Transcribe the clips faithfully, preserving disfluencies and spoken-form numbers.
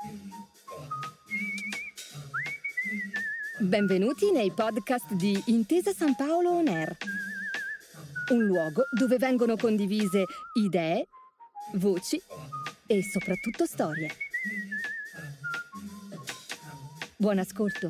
Benvenuti nei podcast di Intesa San Paolo On Air, un luogo dove vengono condivise idee, voci e soprattutto storie. Buon ascolto.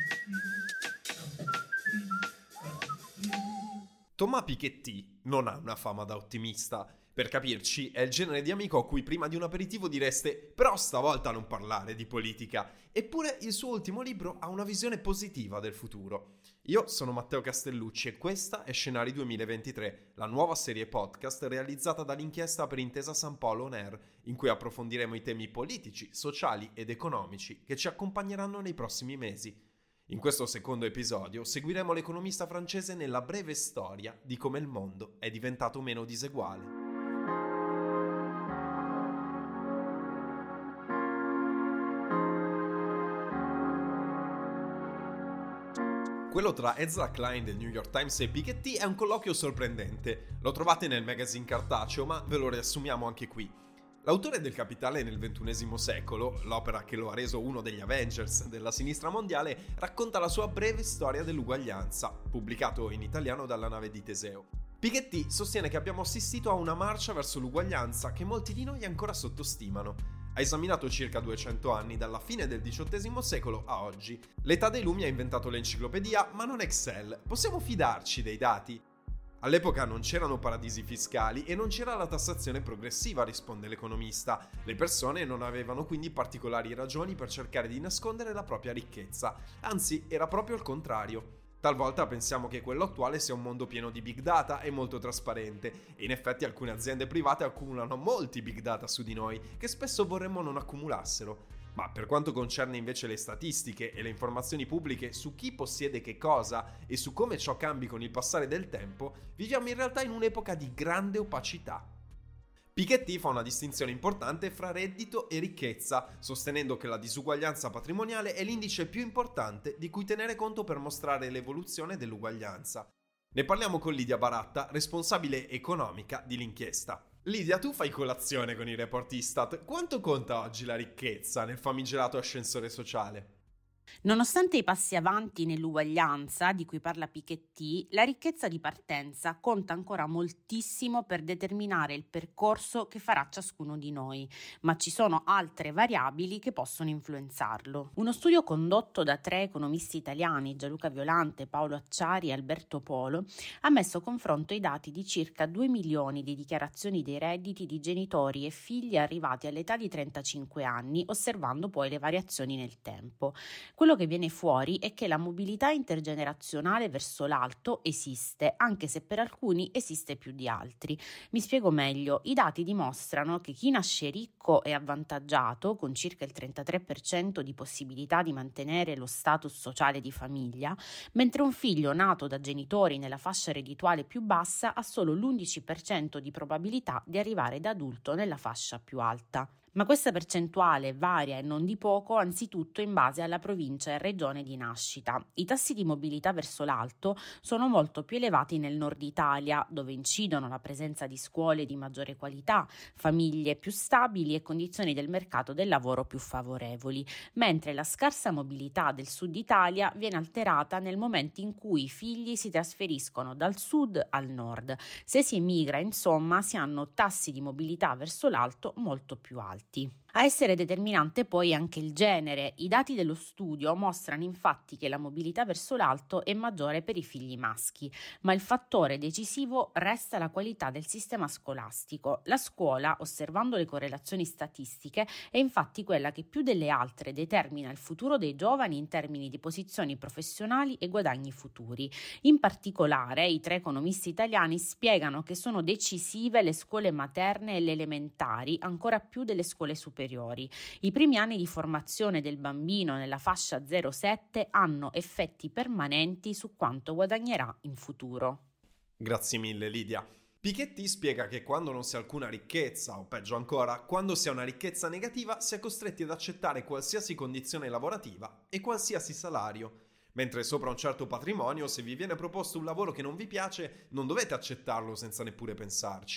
Thomas Piketty non ha una fama da ottimista. Per capirci, è il genere di amico a cui prima di un aperitivo direste «però stavolta non parlare di politica». Eppure il suo ultimo libro ha una visione positiva del futuro. Io sono Matteo Castellucci e questa è Scenari duemilaventitré, la nuova serie podcast realizzata dall'Inchiesta per Intesa San Paolo On Air, in cui approfondiremo i temi politici, sociali ed economici che ci accompagneranno nei prossimi mesi. In questo secondo episodio seguiremo l'economista francese nella breve storia di come il mondo è diventato meno diseguale. Quello tra Ezra Klein del New York Times e Piketty è un colloquio sorprendente. Lo trovate nel magazine cartaceo, ma ve lo riassumiamo anche qui. L'autore del Capitale nel ventunesimo secolo, l'opera che lo ha reso uno degli Avengers della sinistra mondiale, racconta la sua breve storia dell'uguaglianza, pubblicato in italiano dalla Nave di Teseo. Piketty sostiene che abbiamo assistito a una marcia verso l'uguaglianza che molti di noi ancora sottostimano. Ha esaminato circa duecento anni dalla fine del diciottesimo secolo a oggi. L'età dei lumi ha inventato l'enciclopedia, ma non Excel. Possiamo fidarci dei dati? All'epoca non c'erano paradisi fiscali e non c'era la tassazione progressiva, risponde l'economista. Le persone non avevano quindi particolari ragioni per cercare di nascondere la propria ricchezza. Anzi, era proprio il contrario. Talvolta pensiamo che quello attuale sia un mondo pieno di big data e molto trasparente, e in effetti alcune aziende private accumulano molti big data su di noi, che spesso vorremmo non accumulassero. Ma per quanto concerne invece le statistiche e le informazioni pubbliche su chi possiede che cosa e su come ciò cambi con il passare del tempo, viviamo in realtà in un'epoca di grande opacità. Piketty fa una distinzione importante fra reddito e ricchezza, sostenendo che la disuguaglianza patrimoniale è l'indice più importante di cui tenere conto per mostrare l'evoluzione dell'uguaglianza. Ne parliamo con Lidia Baratta, responsabile economica di l'Inchiesta. Lidia, tu fai colazione con i report Istat. Quanto conta oggi la ricchezza nel famigerato ascensore sociale? Nonostante i passi avanti nell'uguaglianza di cui parla Piketty, la ricchezza di partenza conta ancora moltissimo per determinare il percorso che farà ciascuno di noi, ma ci sono altre variabili che possono influenzarlo. Uno studio condotto da tre economisti italiani, Gianluca Violante, Paolo Acciari e Alberto Polo, ha messo a confronto i dati di circa due milioni di dichiarazioni dei redditi di genitori e figli arrivati all'età di trentacinque anni, osservando poi le variazioni nel tempo. Quello che viene fuori è che la mobilità intergenerazionale verso l'alto esiste, anche se per alcuni esiste più di altri. Mi spiego meglio. I dati dimostrano che chi nasce ricco e avvantaggiato, con circa il trentatré per cento di possibilità di mantenere lo status sociale di famiglia, mentre un figlio nato da genitori nella fascia reddituale più bassa ha solo l'undici per cento di probabilità di arrivare da adulto nella fascia più alta. Ma questa percentuale varia e non di poco anzitutto in base alla provincia e regione di nascita. I tassi di mobilità verso l'alto sono molto più elevati nel nord Italia, dove incidono la presenza di scuole di maggiore qualità, famiglie più stabili e condizioni del mercato del lavoro più favorevoli, mentre la scarsa mobilità del sud Italia viene alterata nel momento in cui i figli si trasferiscono dal sud al nord. Se si emigra, insomma, si hanno tassi di mobilità verso l'alto molto più alti. A essere determinante poi anche il genere. I dati dello studio mostrano infatti che la mobilità verso l'alto è maggiore per i figli maschi, ma il fattore decisivo resta la qualità del sistema scolastico. La scuola, osservando le correlazioni statistiche, è infatti quella che più delle altre determina il futuro dei giovani in termini di posizioni professionali e guadagni futuri. In particolare, i tre economisti italiani spiegano che sono decisive le scuole materne e le elementari, ancora più delle scuole superiori. I primi anni di formazione del bambino nella fascia zero sette hanno effetti permanenti su quanto guadagnerà in futuro. Grazie mille, Lidia. Piketty spiega che quando non si ha alcuna ricchezza, o peggio ancora, quando si ha una ricchezza negativa, si è costretti ad accettare qualsiasi condizione lavorativa e qualsiasi salario. Mentre sopra un certo patrimonio, se vi viene proposto un lavoro che non vi piace, non dovete accettarlo senza neppure pensarci.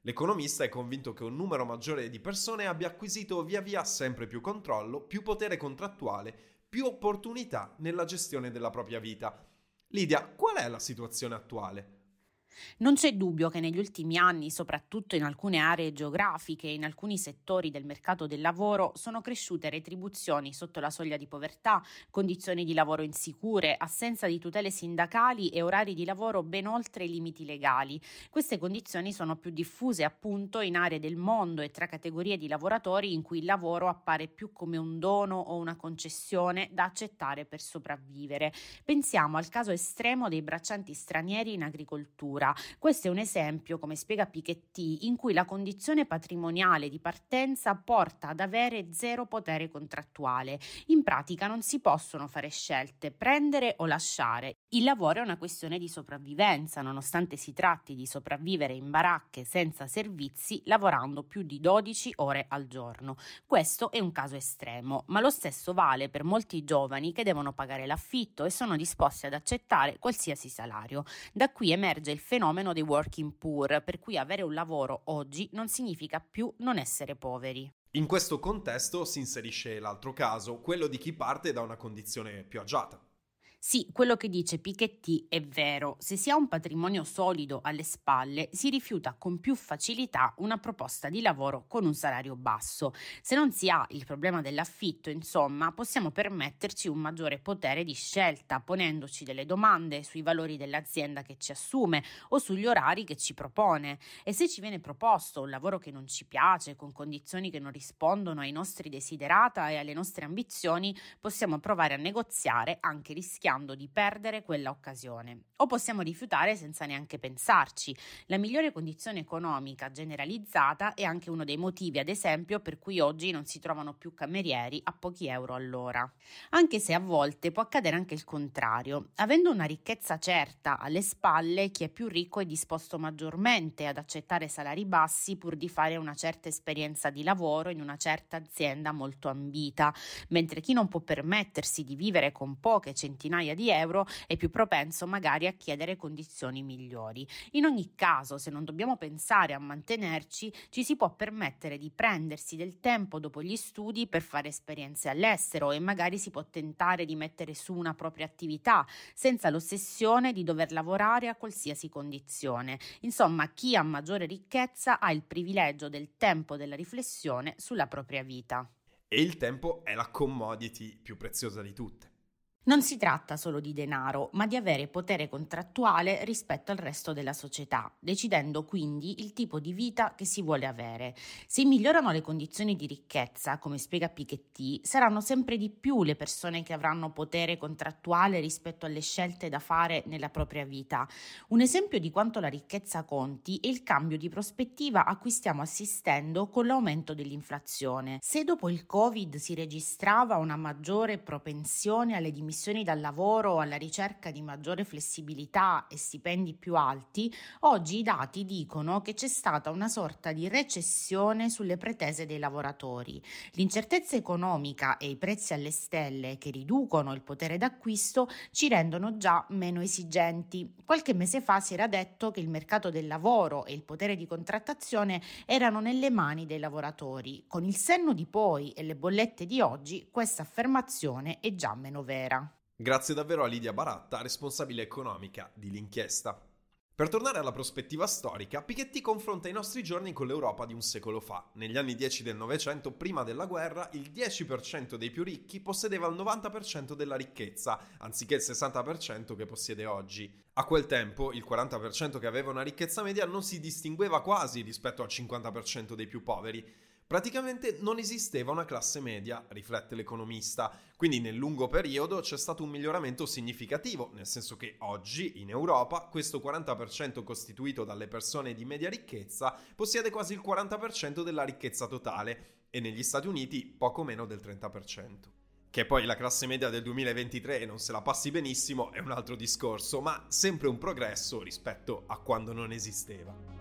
L'economista è convinto che un numero maggiore di persone abbia acquisito via via sempre più controllo, più potere contrattuale, più opportunità nella gestione della propria vita. Lidia, qual è la situazione attuale? Non c'è dubbio che negli ultimi anni, soprattutto in alcune aree geografiche e in alcuni settori del mercato del lavoro, sono cresciute retribuzioni sotto la soglia di povertà, condizioni di lavoro insicure, assenza di tutele sindacali e orari di lavoro ben oltre i limiti legali. Queste condizioni sono più diffuse appunto in aree del mondo e tra categorie di lavoratori in cui il lavoro appare più come un dono o una concessione da accettare per sopravvivere. Pensiamo al caso estremo dei braccianti stranieri in agricoltura. Questo è un esempio, come spiega Piketty, in cui la condizione patrimoniale di partenza porta ad avere zero potere contrattuale. In pratica non si possono fare scelte, prendere o lasciare. Il lavoro è una questione di sopravvivenza, nonostante si tratti di sopravvivere in baracche senza servizi, lavorando più di dodici ore al giorno. Questo è un caso estremo, ma lo stesso vale per molti giovani che devono pagare l'affitto e sono disposti ad accettare qualsiasi salario. Da qui emerge il fenomeno dei working poor, per cui avere un lavoro oggi non significa più non essere poveri. In questo contesto si inserisce l'altro caso, quello di chi parte da una condizione più agiata. Sì, quello che dice Piketty è vero. Se si ha un patrimonio solido alle spalle, si rifiuta con più facilità una proposta di lavoro con un salario basso. Se non si ha il problema dell'affitto, insomma, possiamo permetterci un maggiore potere di scelta, ponendoci delle domande sui valori dell'azienda che ci assume o sugli orari che ci propone. E se ci viene proposto un lavoro che non ci piace, con condizioni che non rispondono ai nostri desiderata e alle nostre ambizioni, possiamo provare a negoziare anche rischiando di perdere quella occasione. O possiamo rifiutare senza neanche pensarci. La migliore condizione economica generalizzata è anche uno dei motivi, ad esempio, per cui oggi non si trovano più camerieri a pochi euro all'ora. Anche se a volte può accadere anche il contrario. Avendo una ricchezza certa alle spalle, chi è più ricco è disposto maggiormente ad accettare salari bassi pur di fare una certa esperienza di lavoro in una certa azienda molto ambita, mentre chi non può permettersi di vivere con poche centinaia di euro è più propenso magari a chiedere condizioni migliori. In ogni caso, se non dobbiamo pensare a mantenerci, ci si può permettere di prendersi del tempo dopo gli studi per fare esperienze all'estero e magari si può tentare di mettere su una propria attività senza l'ossessione di dover lavorare a qualsiasi condizione. Insomma, chi ha maggiore ricchezza ha il privilegio del tempo della riflessione sulla propria vita. E il tempo è la commodity più preziosa di tutte. Non si tratta solo di denaro, ma di avere potere contrattuale rispetto al resto della società, decidendo quindi il tipo di vita che si vuole avere. Se migliorano le condizioni di ricchezza, come spiega Piketty, saranno sempre di più le persone che avranno potere contrattuale rispetto alle scelte da fare nella propria vita. Un esempio di quanto la ricchezza conti è il cambio di prospettiva a cui stiamo assistendo con l'aumento dell'inflazione. Se dopo il Covid si registrava una maggiore propensione alle dimissioni dal lavoro o alla ricerca di maggiore flessibilità e stipendi più alti, oggi i dati dicono che c'è stata una sorta di recessione sulle pretese dei lavoratori. L'incertezza economica e i prezzi alle stelle che riducono il potere d'acquisto ci rendono già meno esigenti. Qualche mese fa si era detto che il mercato del lavoro e il potere di contrattazione erano nelle mani dei lavoratori. Con il senno di poi e le bollette di oggi, questa affermazione è già meno vera. Grazie davvero a Lidia Baratta, responsabile economica di L'Inchiesta. Per tornare alla prospettiva storica, Piketty confronta i nostri giorni con l'Europa di un secolo fa. Negli anni dieci del Novecento, prima della guerra, il dieci per cento dei più ricchi possedeva il novanta per cento della ricchezza, anziché il sessanta per cento che possiede oggi. A quel tempo, il quaranta per cento che aveva una ricchezza media non si distingueva quasi rispetto al cinquanta per cento dei più poveri. Praticamente non esisteva una classe media, riflette l'economista, quindi nel lungo periodo c'è stato un miglioramento significativo, nel senso che oggi in Europa questo quaranta per cento costituito dalle persone di media ricchezza possiede quasi il quaranta per cento della ricchezza totale e negli Stati Uniti poco meno del trenta per cento. Che poi la classe media del duemilaventitré non se la passi benissimo è un altro discorso, ma sempre un progresso rispetto a quando non esisteva.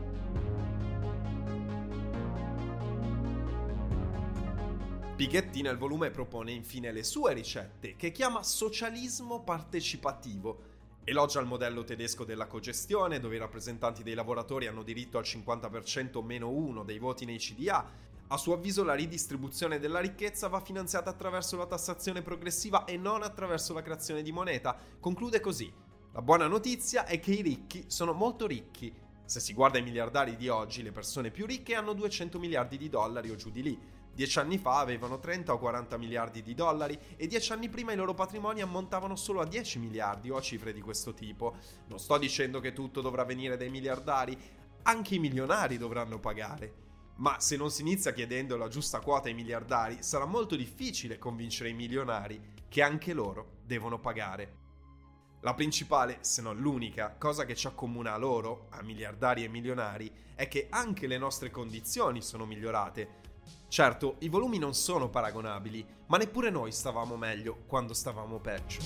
Piketty nel volume propone infine le sue ricette, che chiama socialismo partecipativo. Elogia il modello tedesco della cogestione, dove i rappresentanti dei lavoratori hanno diritto al cinquanta per cento meno uno dei voti nei C D A. A suo avviso la ridistribuzione della ricchezza va finanziata attraverso la tassazione progressiva e non attraverso la creazione di moneta. Conclude così: la buona notizia è che i ricchi sono molto ricchi. Se si guarda i miliardari di oggi, le persone più ricche hanno duecento miliardi di dollari o giù di lì. Dieci anni fa avevano trenta o quaranta miliardi di dollari e dieci anni prima i loro patrimoni ammontavano solo a dieci miliardi o a cifre di questo tipo. Non sto dicendo che tutto dovrà venire dai miliardari, anche i milionari dovranno pagare. Ma se non si inizia chiedendo la giusta quota ai miliardari, sarà molto difficile convincere i milionari che anche loro devono pagare. La principale, se non l'unica, cosa che ci accomuna a loro, a miliardari e milionari, è che anche le nostre condizioni sono migliorate. Certo, i volumi non sono paragonabili, ma neppure noi stavamo meglio quando stavamo peggio.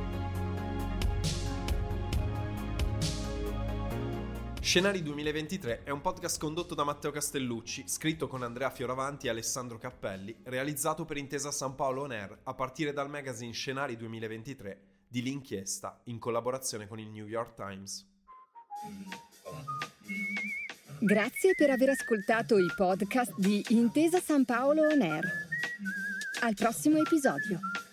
Scenari duemilaventitré è un podcast condotto da Matteo Castellucci, scritto con Andrea Fioravanti e Alessandro Cappelli, realizzato per Intesa San Paolo On Air a partire dal magazine Scenari duemilaventitré di L'Inchiesta in collaborazione con il New York Times. Grazie per aver ascoltato i podcast di Intesa San Paolo On Air. Al prossimo episodio.